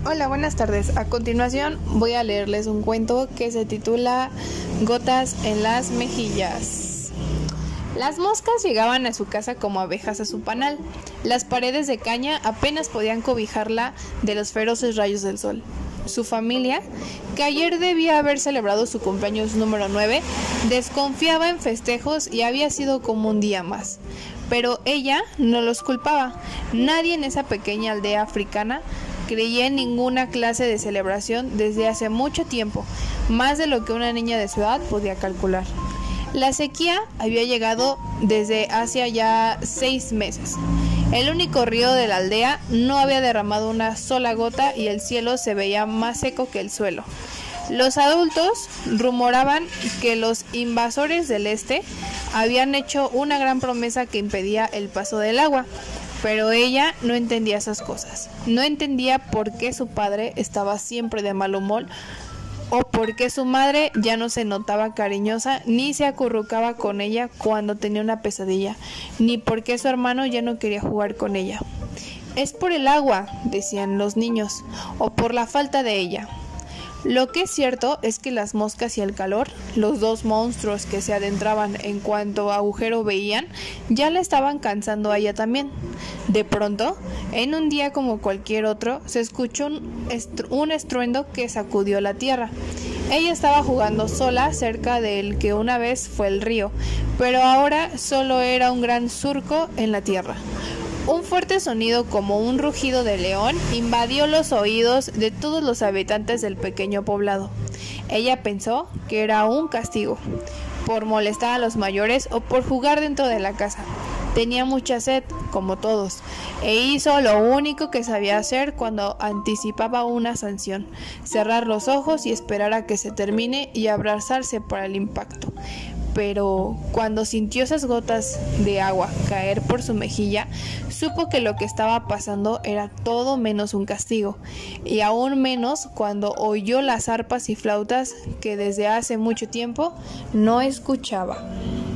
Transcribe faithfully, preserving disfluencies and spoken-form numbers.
Hola, buenas tardes. A continuación voy a leerles un cuento que se titula Gotas en las mejillas. Las moscas llegaban a su casa como abejas a su panal. Las paredes de caña apenas podían cobijarla de los feroces rayos del sol. Su familia, que ayer debía haber celebrado su cumpleaños número nueve, desconfiaba en festejos y había sido como un día más. Pero ella no los culpaba. Nadie en esa pequeña aldea africana creía en ninguna clase de celebración desde hace mucho tiempo, más de lo que una niña de su edad podía calcular. La sequía había llegado desde hacía ya seis meses. El único río de la aldea no había derramado una sola gota y el cielo se veía más seco que el suelo. Los adultos rumoraban que los invasores del este habían hecho una gran promesa que impedía el paso del agua, pero ella no entendía esas cosas. No entendía por qué su padre estaba siempre de mal humor, o por qué su madre ya no se notaba cariñosa ni se acurrucaba con ella cuando tenía una pesadilla, ni por qué su hermano ya no quería jugar con ella. Es por el agua, decían los niños, o por la falta de ella. Lo que es cierto es que las moscas y el calor, los dos monstruos que se adentraban en cuanto agujero veían, ya la estaban cansando a ella también. De pronto, en un día como cualquier otro, se escuchó un, estru- un estruendo que sacudió la tierra. Ella estaba jugando sola cerca del que una vez fue el río, pero ahora solo era un gran surco en la tierra. Un fuerte sonido como un rugido de león invadió los oídos de todos los habitantes del pequeño poblado. Ella pensó que era un castigo, por molestar a los mayores o por jugar dentro de la casa. Tenía mucha sed, como todos, e hizo lo único que sabía hacer cuando anticipaba una sanción: cerrar los ojos y esperar a que se termine y abrazarse para el impacto. Pero cuando sintió esas gotas de agua caer por su mejilla, supo que lo que estaba pasando era todo menos un castigo, y aún menos cuando oyó las arpas y flautas que desde hace mucho tiempo no escuchaba.